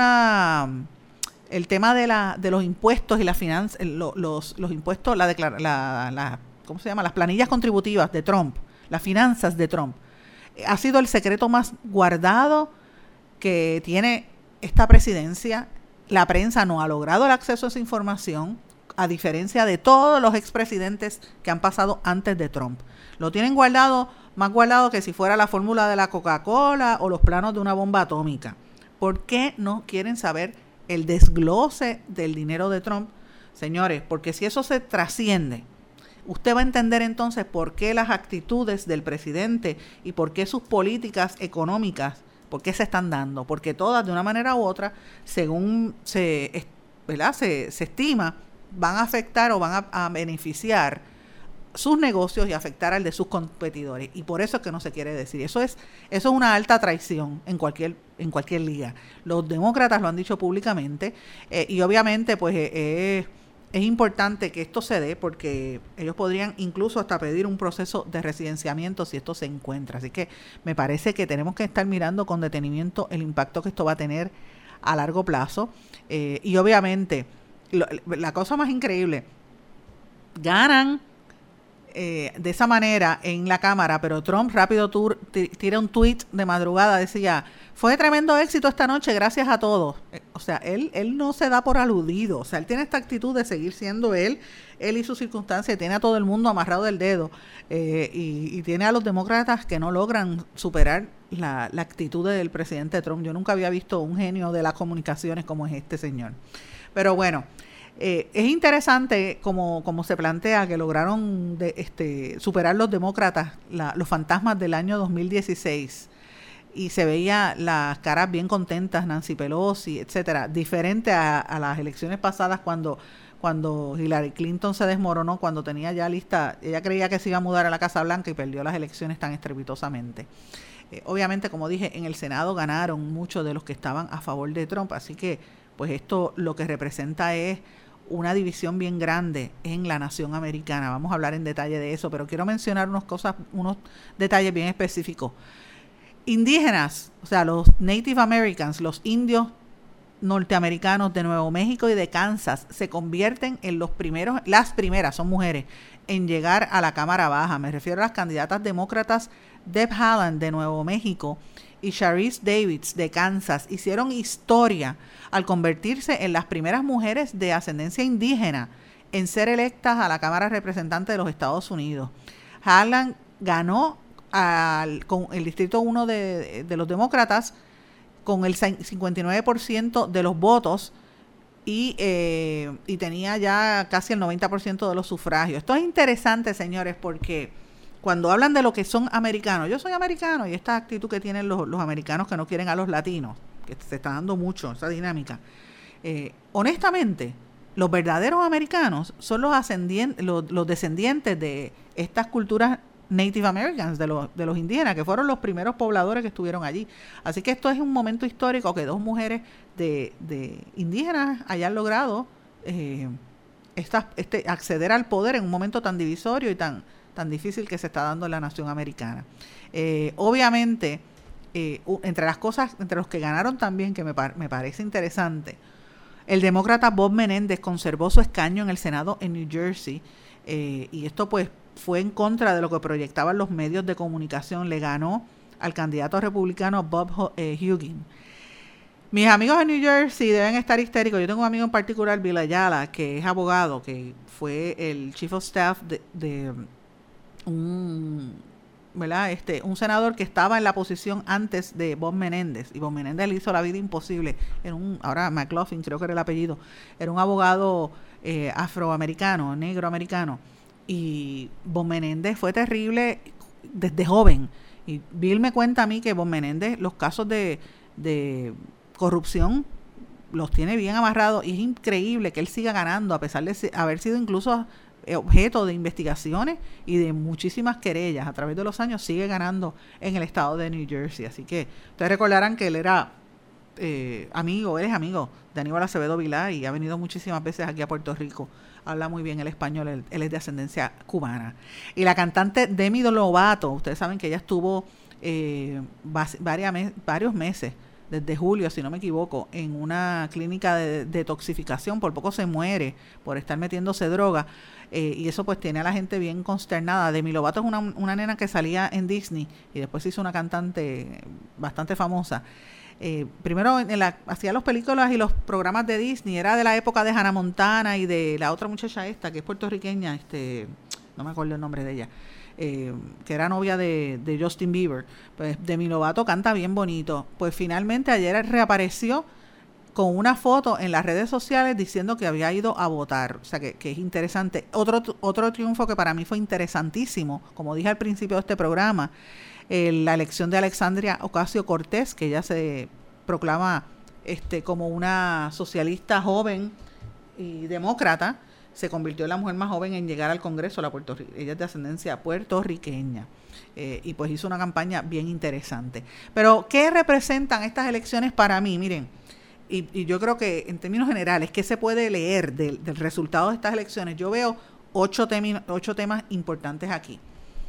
S4: el tema de los impuestos y las finanzas, los impuestos, ¿cómo se llama? Las planillas contributivas de Trump, las finanzas de Trump, ha sido el secreto más guardado que tiene esta presidencia. La prensa no ha logrado el acceso a esa información, a diferencia de todos los expresidentes que han pasado antes de Trump. Lo tienen guardado, más guardado que si fuera la fórmula de la Coca-Cola o los planos de una bomba atómica. ¿Por qué no quieren saber el desglose del dinero de Trump? Señores, porque si eso se trasciende, usted va a entender entonces por qué las actitudes del presidente y por qué sus políticas económicas, por qué se están dando. Porque todas, de una manera u otra, según se estima, van a afectar o van a beneficiar sus negocios y afectar al de sus competidores. Y por eso es que no se quiere decir. Eso es una alta traición en cualquier liga. Los demócratas lo han dicho públicamente y obviamente pues es importante que esto se dé porque ellos podrían incluso hasta pedir un proceso de residenciamiento si esto se encuentra. Así que me parece que tenemos que estar mirando con detenimiento el impacto que esto va a tener a largo plazo. Y obviamente, la cosa más increíble, ganan de esa manera en la Cámara, pero Trump rápido tira un tweet de madrugada, decía, Fue tremendo éxito esta noche, gracias a todos. O sea, él no se da por aludido. O sea, él tiene esta actitud de seguir siendo él y sus circunstancias, tiene a todo el mundo amarrado del dedo, y tiene a los demócratas que no logran superar la actitud del presidente Trump. Yo nunca había visto un genio de las comunicaciones como es este señor. Pero bueno, es interesante como se plantea que lograron superar los demócratas los fantasmas del año 2016. Y se veía las caras bien contentas, Nancy Pelosi, etcétera, diferente a las elecciones pasadas cuando Hillary Clinton se desmoronó, cuando tenía ya lista, ella creía que se iba a mudar a la Casa Blanca y perdió las elecciones tan estrepitosamente. Obviamente, como dije, en el Senado ganaron muchos de los que estaban a favor de Trump, así que pues esto lo que representa es una división bien grande en la nación americana. Vamos a hablar en detalle de eso, pero quiero mencionar unos detalles bien específicos. Indígenas, o sea, los Native Americans, los indios norteamericanos de Nuevo México y de Kansas, se convierten en las primeras, son mujeres, en llegar a la Cámara Baja. Me refiero a las candidatas demócratas Deb Haaland de Nuevo México y Sharice Davids de Kansas. Hicieron historia al convertirse en las primeras mujeres de ascendencia indígena en ser electas a la Cámara de Representantes de los Estados Unidos. Haaland ganó con el distrito 1 de los demócratas con el 59% de los votos y tenía ya casi el 90% de los sufragios. Esto es interesante, señores, porque cuando hablan de lo que son americanos, yo soy americano, y esta actitud que tienen los americanos que no quieren a los latinos, que se está dando mucho esa dinámica, honestamente, los verdaderos americanos son los descendientes de estas culturas Native Americans, de los indígenas, que fueron los primeros pobladores que estuvieron allí. Así que esto es un momento histórico que dos mujeres de indígenas hayan logrado acceder al poder en un momento tan divisorio y tan difícil que se está dando en la nación americana. Obviamente, entre los que ganaron también, que me parece interesante, el demócrata Bob Menéndez conservó su escaño en el Senado en New Jersey, y esto pues fue en contra de lo que proyectaban los medios de comunicación. Le ganó al candidato republicano Bob Hugin. Mis amigos en New Jersey deben estar histéricos. Yo tengo un amigo en particular, Bill Ayala, que es abogado, que fue el chief of staff de un senador que estaba en la posición antes de Bob Menéndez, y Bob Menéndez le hizo la vida imposible. Ahora McLaughlin, creo que era el apellido, era un abogado afroamericano, negroamericano, y Bob Menéndez fue terrible desde joven. Y Bill me cuenta a mí que Bob Menéndez, los casos de corrupción los tiene bien amarrados, y es increíble que él siga ganando a pesar de haber sido incluso objeto de investigaciones y de muchísimas querellas. A través de los años sigue ganando en el estado de New Jersey. Así que ustedes recordarán que él era él es amigo de Aníbal Acevedo Vilá y ha venido muchísimas veces aquí a Puerto Rico. Habla muy bien el español, él es de ascendencia cubana. Y la cantante Demi Lovato, ustedes saben que ella estuvo varios meses, desde julio, si no me equivoco, en una clínica de detoxificación. Por poco se muere por estar metiéndose droga, y eso pues tiene a la gente bien consternada. Demi Lovato es una nena que salía en Disney y después se hizo una cantante bastante famosa. Primero hacía las películas y los programas de Disney, era de la época de Hannah Montana y de la otra muchacha esta, que es puertorriqueña, no me acuerdo el nombre de ella, que era novia de Justin Bieber. Pues Demi Lovato canta bien bonito. Pues finalmente ayer reapareció con una foto en las redes sociales diciendo que había ido a votar. O sea que es interesante. Otro triunfo que para mí fue interesantísimo, como dije al principio de este programa, la elección de Alexandria Ocasio-Cortez, que ella se proclama como una socialista joven y demócrata. Se convirtió en la mujer más joven en llegar al Congreso. Ella es de ascendencia puertorriqueña, y pues hizo una campaña bien interesante. Pero, ¿qué representan estas elecciones para mí? Miren, y yo creo que en términos generales, ¿qué se puede leer del resultado de estas elecciones? Yo veo 8 temas importantes aquí.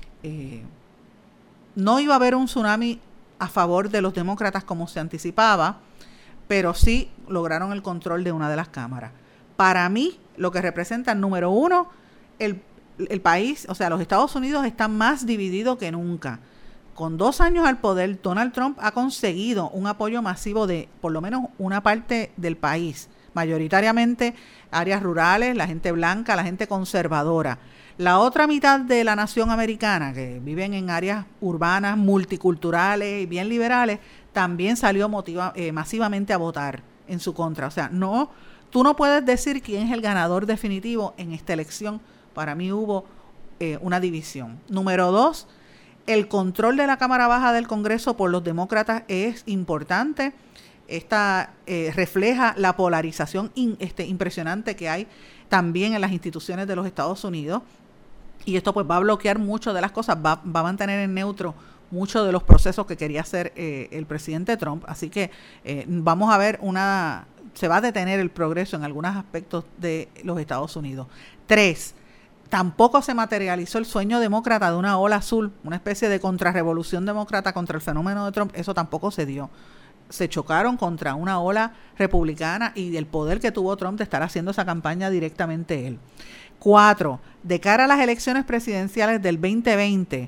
S4: No iba a haber un tsunami a favor de los demócratas como se anticipaba, pero sí lograron el control de una de las cámaras. Para mí, lo que representa, número uno, el país, o sea, los Estados Unidos están más divididos que nunca, con 2 años al poder, Donald Trump ha conseguido un apoyo masivo de por lo menos una parte del país, mayoritariamente áreas rurales, la gente blanca, la gente conservadora. La otra mitad de la nación americana, que viven en áreas urbanas, multiculturales y bien liberales, también salió masivamente a votar en su contra. O sea, tú no puedes decir quién es el ganador definitivo en esta elección. Para mí hubo una división. Número 2, el control de la Cámara Baja del Congreso por los demócratas es importante. Esta refleja la polarización impresionante que hay también en las instituciones de los Estados Unidos. Y esto pues va a bloquear mucho de las cosas, va a mantener en neutro muchos de los procesos que quería hacer el presidente Trump. Así que vamos a ver se va a detener el progreso en algunos aspectos de los Estados Unidos. 3, tampoco se materializó el sueño demócrata de una ola azul, una especie de contrarrevolución demócrata contra el fenómeno de Trump. Eso tampoco se dio. Se chocaron contra una ola republicana y el poder que tuvo Trump de estar haciendo esa campaña directamente él. 4, de cara a las elecciones presidenciales del 2020,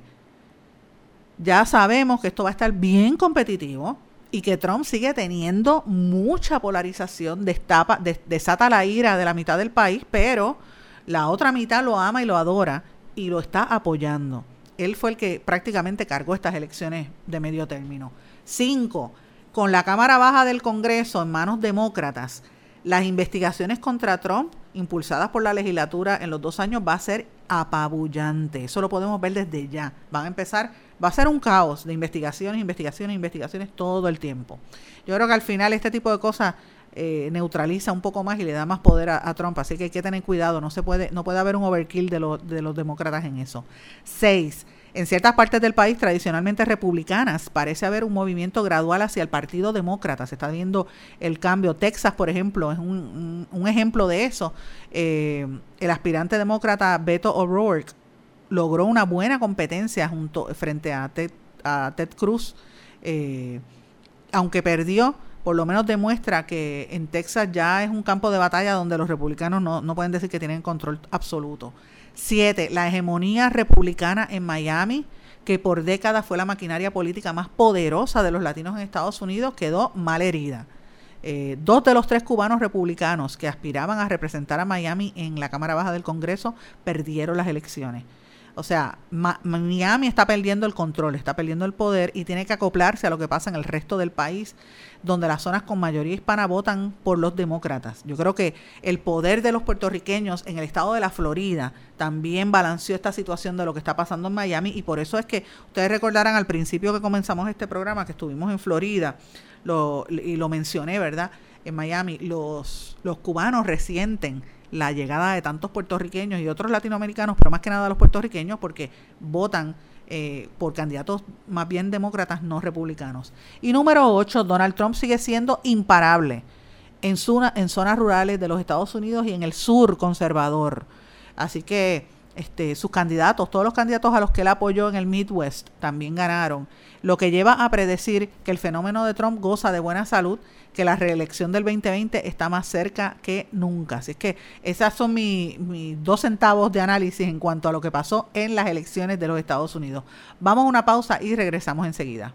S4: ya sabemos que esto va a estar bien competitivo y que Trump sigue teniendo mucha polarización, desata la ira de la mitad del país, pero la otra mitad lo ama y lo adora y lo está apoyando. Él fue el que prácticamente cargó estas elecciones de medio término. 5, con la Cámara Baja del Congreso en manos demócratas, las investigaciones contra Trump, impulsadas por la legislatura en los 2 años, va a ser apabullante. Eso lo podemos ver desde ya. Va a ser un caos de investigaciones todo el tiempo. Yo creo que al final este tipo de cosas neutraliza un poco más y le da más poder a Trump. Así que hay que tener cuidado. No puede haber un overkill de los demócratas en eso. 6. En ciertas partes del país tradicionalmente republicanas parece haber un movimiento gradual hacia el Partido Demócrata. Se está viendo el cambio. Texas, por ejemplo, es un ejemplo de eso. El aspirante demócrata Beto O'Rourke logró una buena competencia frente a Ted Cruz. Aunque perdió, por lo menos demuestra que en Texas ya es un campo de batalla donde los republicanos no pueden decir que tienen control absoluto. 7. La hegemonía republicana en Miami, que por décadas fue la maquinaria política más poderosa de los latinos en Estados Unidos, quedó mal herida. 2 de los 3 cubanos republicanos que aspiraban a representar a Miami en la Cámara Baja del Congreso perdieron las elecciones. O sea, Miami está perdiendo el control, está perdiendo el poder y tiene que acoplarse a lo que pasa en el resto del país, donde las zonas con mayoría hispana votan por los demócratas. Yo creo que el poder de los puertorriqueños en el estado de la Florida también balanceó esta situación de lo que está pasando en Miami, y por eso es que ustedes recordarán al principio que comenzamos este programa que estuvimos en Florida, y lo mencioné, ¿verdad? En Miami, los cubanos resienten la llegada de tantos puertorriqueños y otros latinoamericanos, pero más que nada los puertorriqueños, porque votan por candidatos más bien demócratas, no republicanos. Y número 8, Donald Trump sigue siendo imparable en zonas rurales de los Estados Unidos y en el sur conservador. Así que sus candidatos, todos los candidatos a los que él apoyó en el Midwest también ganaron, lo que lleva a predecir que el fenómeno de Trump goza de buena salud, que la reelección del 2020 está más cerca que nunca. Así que esas son mis 2 centavos de análisis en cuanto a lo que pasó en las elecciones de los Estados Unidos. Vamos a una pausa y regresamos enseguida.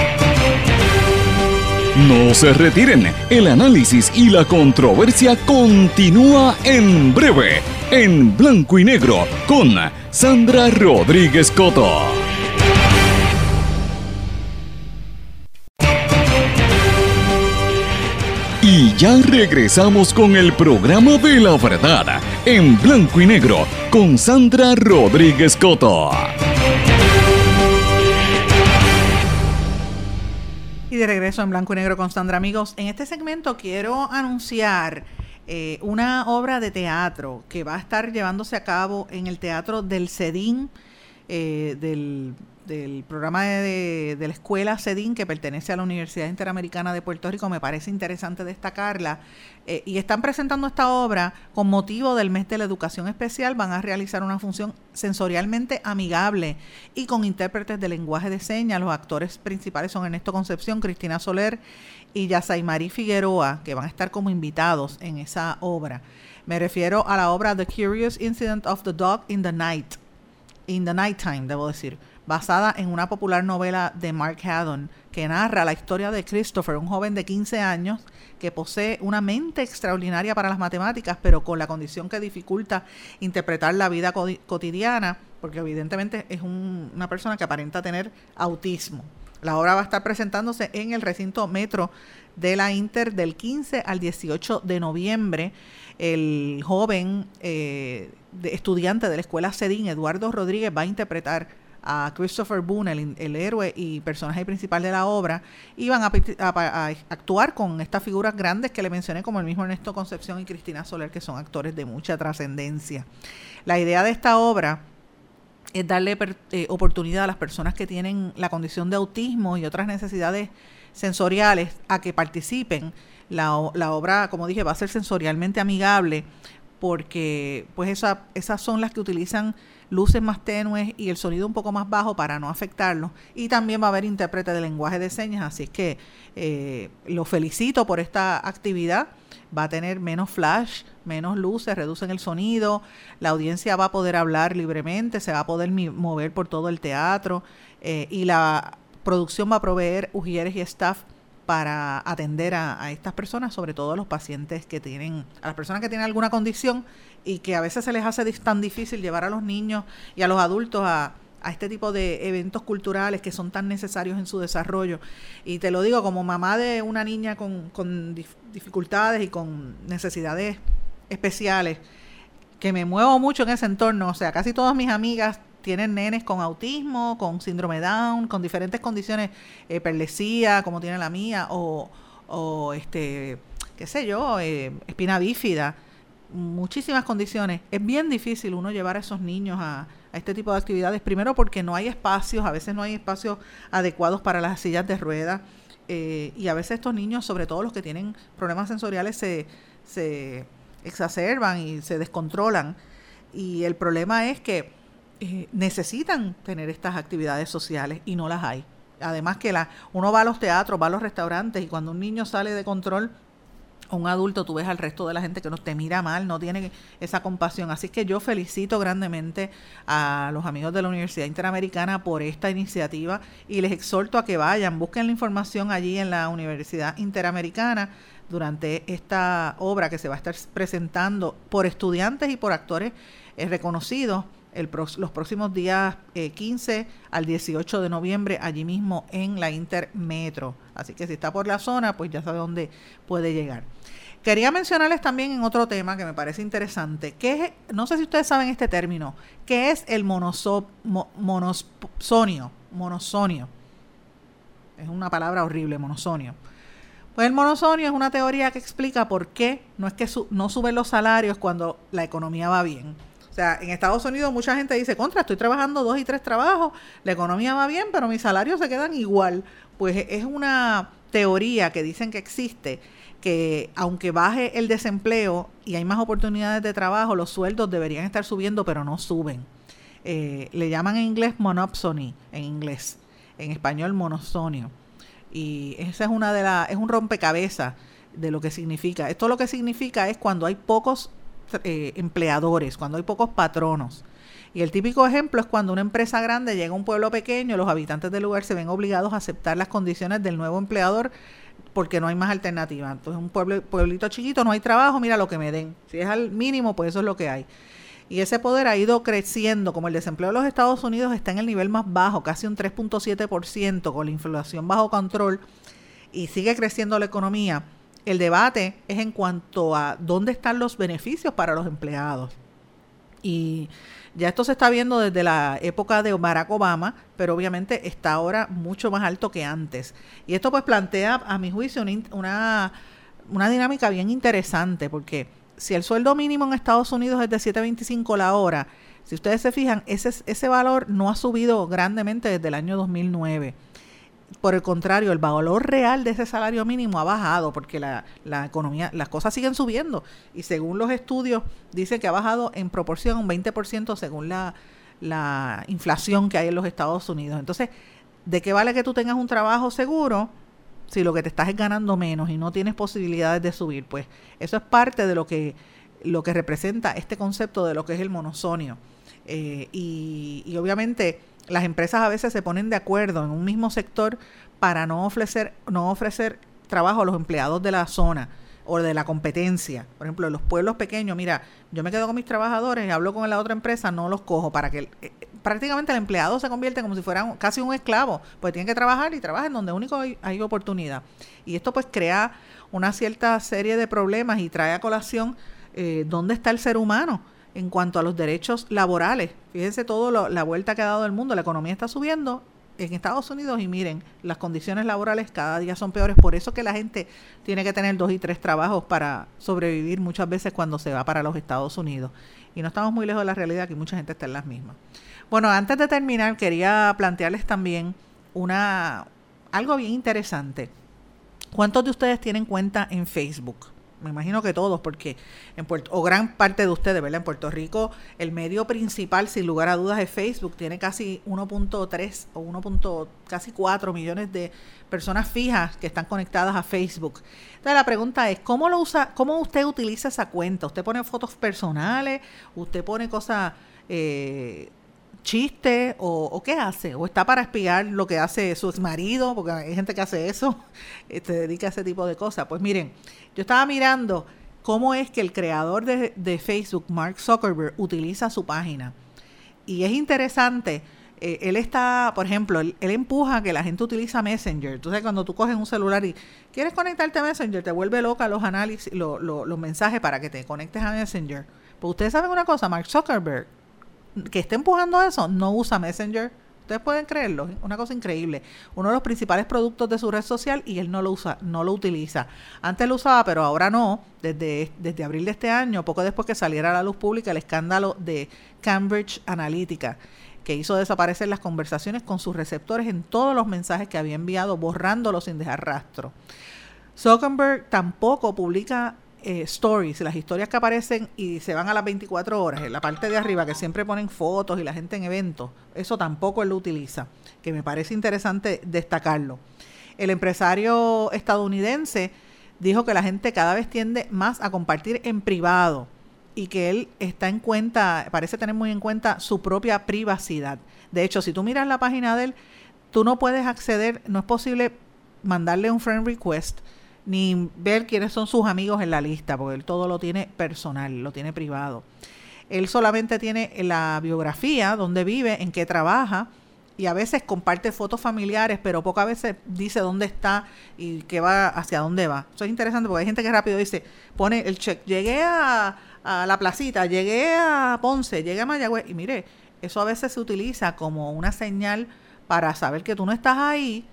S1: No se retiren, el análisis y la controversia continúa en breve, en Blanco y Negro, con Sandra Rodríguez Coto. Y ya regresamos con el programa de la verdad, en Blanco y Negro, con Sandra Rodríguez Coto.
S4: Y de regreso en Blanco y Negro con Sandra, amigos. En este segmento quiero anunciar una obra de teatro que va a estar llevándose a cabo en el Teatro del CEDIN, del programa de la Escuela CEDIN, que pertenece a la Universidad Interamericana de Puerto Rico. Me parece interesante destacarla. Y están presentando esta obra con motivo del mes de la educación especial. Van a realizar una función sensorialmente amigable y con intérpretes de lenguaje de señas. Los actores principales son Ernesto Concepción, Cristina Soler y Yasaimarí Figueroa, que van a estar como invitados en esa obra. Me refiero a la obra The Curious Incident of the Dog in the Nighttime, debo decir. basada en una popular novela de Mark Haddon, que narra la historia de Christopher, un joven de 15 años que posee una mente extraordinaria para las matemáticas, pero con la condición que dificulta interpretar la vida cotidiana, porque evidentemente es una persona que aparenta tener autismo. La obra va a estar presentándose en el recinto Metro de la Inter del 15 al 18 de noviembre. El joven estudiante de la escuela Cedín, Eduardo Rodríguez, va a interpretar a Christopher Boone, el héroe y personaje principal de la obra, y van a actuar con estas figuras grandes que le mencioné, como el mismo Ernesto Concepción y Cristina Soler, que son actores de mucha trascendencia. La idea de esta obra es darle oportunidad a las personas que tienen la condición de autismo y otras necesidades sensoriales a que participen. La obra, como dije, va a ser sensorialmente amigable, porque pues esas son las que utilizan luces más tenues y el sonido un poco más bajo para no afectarlos. Y también va a haber intérprete de lenguaje de señas, así es que lo felicito por esta actividad. Va a tener menos flash, menos luces, reducen el sonido, la audiencia va a poder hablar libremente, se va a poder mover por todo el teatro, y la producción va a proveer ujieres y staff para atender a estas personas, sobre todo a los pacientes que tienen, a las personas que tienen alguna condición y que a veces se les hace tan difícil llevar a los niños y a los adultos a este tipo de eventos culturales que son tan necesarios en su desarrollo. Y te lo digo como mamá de una niña con dificultades y con necesidades especiales, que me muevo mucho en ese entorno. O sea, casi todas mis amigas tienen nenes con autismo, con síndrome Down, con diferentes condiciones, perlesía, como tiene la mía, o qué sé yo, espina bífida, muchísimas condiciones. Es bien difícil uno llevar a esos niños a este tipo de actividades, primero porque no hay espacios, a veces no hay espacios adecuados para las sillas de ruedas, y a veces estos niños, sobre todo los que tienen problemas sensoriales, se exacerban y se descontrolan, y el problema es que necesitan tener estas actividades sociales y no las hay. Además que uno va a los teatros, va a los restaurantes, y cuando un niño sale de control, o un adulto, tú ves al resto de la gente que no te mira mal, no tiene esa compasión. Así que yo felicito grandemente a los amigos de la Universidad Interamericana por esta iniciativa y les exhorto a que vayan, busquen la información allí en la Universidad Interamericana durante esta obra que se va a estar presentando por estudiantes y por actores reconocidos los próximos días 15 al 18 de noviembre, allí mismo en la Intermetro. Así que si está por la zona, pues ya sabe dónde puede llegar. Quería mencionarles también en otro tema que me parece interesante, que es, no sé si ustedes saben este término, que es el monosonio. Es una palabra horrible, monosonio. Pues el monosonio es una teoría que explica por qué no es que no suben los salarios cuando la economía va bien. O sea, en Estados Unidos mucha gente dice, estoy trabajando 2 y 3 trabajos, la economía va bien, pero mis salarios se quedan igual. Pues es una teoría que dicen que existe, que aunque baje el desempleo y hay más oportunidades de trabajo, los sueldos deberían estar subiendo, pero no suben. Le llaman en inglés monopsony, en español monosonio. Y esa es un rompecabezas de lo que significa. Esto lo que significa es cuando hay pocos empleadores, cuando hay pocos patronos. Y el típico ejemplo es cuando una empresa grande llega a un pueblo pequeño, los habitantes del lugar se ven obligados a aceptar las condiciones del nuevo empleador porque no hay más alternativa. Entonces, un pueblito chiquito, no hay trabajo, mira lo que me den. Si es al mínimo, pues eso es lo que hay. Y ese poder ha ido creciendo, como el desempleo de los Estados Unidos está en el nivel más bajo, casi un 3.7%, con la inflación bajo control, y sigue creciendo la economía. El debate es en cuanto a dónde están los beneficios para los empleados. Y ya esto se está viendo desde la época de Barack Obama, pero obviamente está ahora mucho más alto que antes. Y esto pues plantea, a mi juicio, una dinámica bien interesante, porque si el sueldo mínimo en Estados Unidos es de $7.25 la hora, si ustedes se fijan, ese valor no ha subido grandemente desde el año 2009. Por el contrario, el valor real de ese salario mínimo ha bajado porque la economía, las cosas siguen subiendo, y según los estudios dicen que ha bajado en proporción un 20% según la inflación que hay en los Estados Unidos. Entonces, ¿de qué vale que tú tengas un trabajo seguro si lo que te estás es ganando menos y no tienes posibilidades de subir? Pues eso es parte de lo que representa este concepto de lo que es el monosonio. Y obviamente las empresas a veces se ponen de acuerdo en un mismo sector para no ofrecer trabajo a los empleados de la zona o de la competencia. Por ejemplo, en los pueblos pequeños, mira, yo me quedo con mis trabajadores, hablo con la otra empresa, no los cojo, para que prácticamente el empleado se convierte como si fuera casi un esclavo, pues tienen que trabajar y trabajan donde único hay oportunidad. Y esto pues crea una cierta serie de problemas y trae a colación dónde está el ser humano en cuanto a los derechos laborales. Fíjense todo la vuelta que ha dado el mundo, la economía está subiendo en Estados Unidos y miren, las condiciones laborales cada día son peores, por eso que la gente tiene que tener 2 y 3 trabajos para sobrevivir muchas veces cuando se va para los Estados Unidos. Y no estamos muy lejos de la realidad, que mucha gente está en las mismas. Bueno, antes de terminar, quería plantearles también algo bien interesante. ¿Cuántos de ustedes tienen cuenta en Facebook? Me imagino que todos, porque o gran parte de ustedes, ¿verdad? En Puerto Rico, el medio principal, sin lugar a dudas, es Facebook. Tiene casi 1.3 o casi 4 millones de personas fijas que están conectadas a Facebook. Entonces, la pregunta es, ¿cómo usted utiliza esa cuenta? ¿Usted pone fotos personales? ¿Usted pone cosas, chistes? ¿O qué hace? ¿O está para espiar lo que hace su exmarido? Porque hay gente que hace eso, se dedica a ese tipo de cosas. Pues miren, yo estaba mirando cómo es que el creador de Facebook, Mark Zuckerberg, utiliza su página. Y es interesante, él está, por ejemplo, él empuja que la gente utiliza Messenger. Entonces, cuando tú coges un celular y quieres conectarte a Messenger, te vuelve loca los análisis, los mensajes para que te conectes a Messenger. Pues ustedes saben una cosa, Mark Zuckerberg, que está empujando eso, no usa Messenger. Ustedes pueden creerlo, una cosa increíble. Uno de los principales productos de su red social y él no lo usa, no lo utiliza. Antes lo usaba, pero ahora no. Desde abril de este año, poco después que saliera a la luz pública el escándalo de Cambridge Analytica, que hizo desaparecer las conversaciones con sus receptores en todos los mensajes que había enviado, borrándolos sin dejar rastro. Zuckerberg tampoco publica stories, las historias que aparecen y se van a las 24 horas, en la parte de arriba que siempre ponen fotos y la gente en eventos, eso tampoco él lo utiliza, que me parece interesante destacarlo. El empresario estadounidense dijo que la gente cada vez tiende más a compartir en privado y que él parece tener muy en cuenta su propia privacidad. De hecho, si tú miras la página de él, tú no puedes acceder, no es posible mandarle un friend request ni ver quiénes son sus amigos en la lista, porque él todo lo tiene personal, lo tiene privado. Él solamente tiene la biografía, dónde vive, en qué trabaja, y a veces comparte fotos familiares, pero pocas veces dice dónde está y hacia dónde va. Eso es interesante porque hay gente que rápido pone el check, llegué a la placita, llegué a Ponce, llegué a Mayagüez, y mire, eso a veces se utiliza como una señal para saber que tú no estás ahí,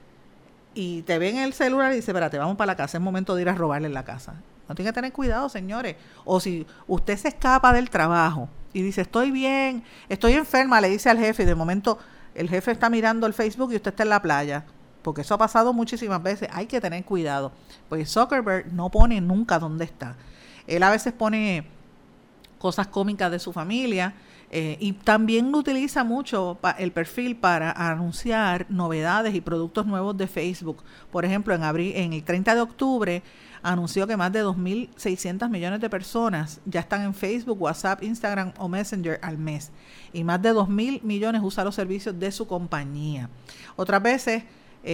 S4: y te ven en el celular y dice, espérate, vamos para la casa, es momento de ir a robarle en la casa. No tiene que tener cuidado, señores. O si usted se escapa del trabajo y dice, estoy bien, estoy enferma, le dice al jefe, y de momento el jefe está mirando el Facebook y usted está en la playa, porque eso ha pasado muchísimas veces, hay que tener cuidado. Pues Zuckerberg no pone nunca dónde está. Él a veces pone cosas cómicas de su familia, y también lo utiliza mucho el perfil para anunciar novedades y productos nuevos de Facebook. Por ejemplo, en el 30 de octubre anunció que más de 2.600 millones de personas ya están en Facebook, WhatsApp, Instagram o Messenger al mes. Y más de 2.000 millones usan los servicios de su compañía. Otras veces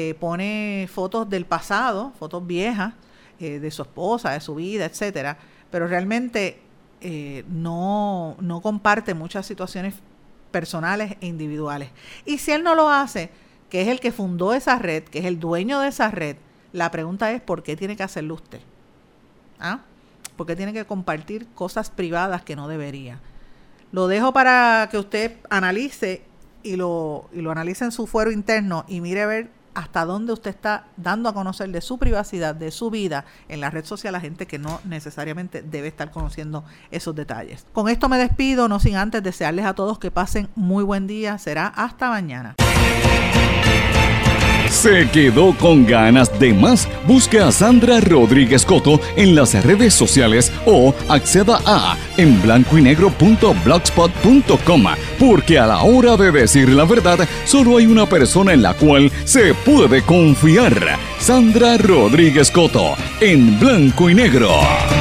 S4: pone fotos del pasado, fotos viejas, de su esposa, de su vida, etcétera. Pero realmente no comparte muchas situaciones personales e individuales. Y si él no lo hace, que es el que fundó esa red, que es el dueño de esa red, la pregunta es, ¿por qué tiene que hacerlo usted? ¿Por qué tiene que compartir cosas privadas que no debería? Lo dejo para que usted analice y lo analice en su fuero interno y mire a ver hasta dónde usted está dando a conocer de su privacidad, de su vida en la red social a gente que no necesariamente debe estar conociendo esos detalles. Con esto me despido, no sin antes desearles a todos que pasen muy buen día. Será hasta mañana.
S1: ¿Se quedó con ganas de más? Busque a Sandra Rodríguez Coto en las redes sociales o acceda a enblancoynegro.blogspot.com, porque a la hora de decir la verdad, solo hay una persona en la cual se puede confiar. Sandra Rodríguez Coto, en Blanco y Negro.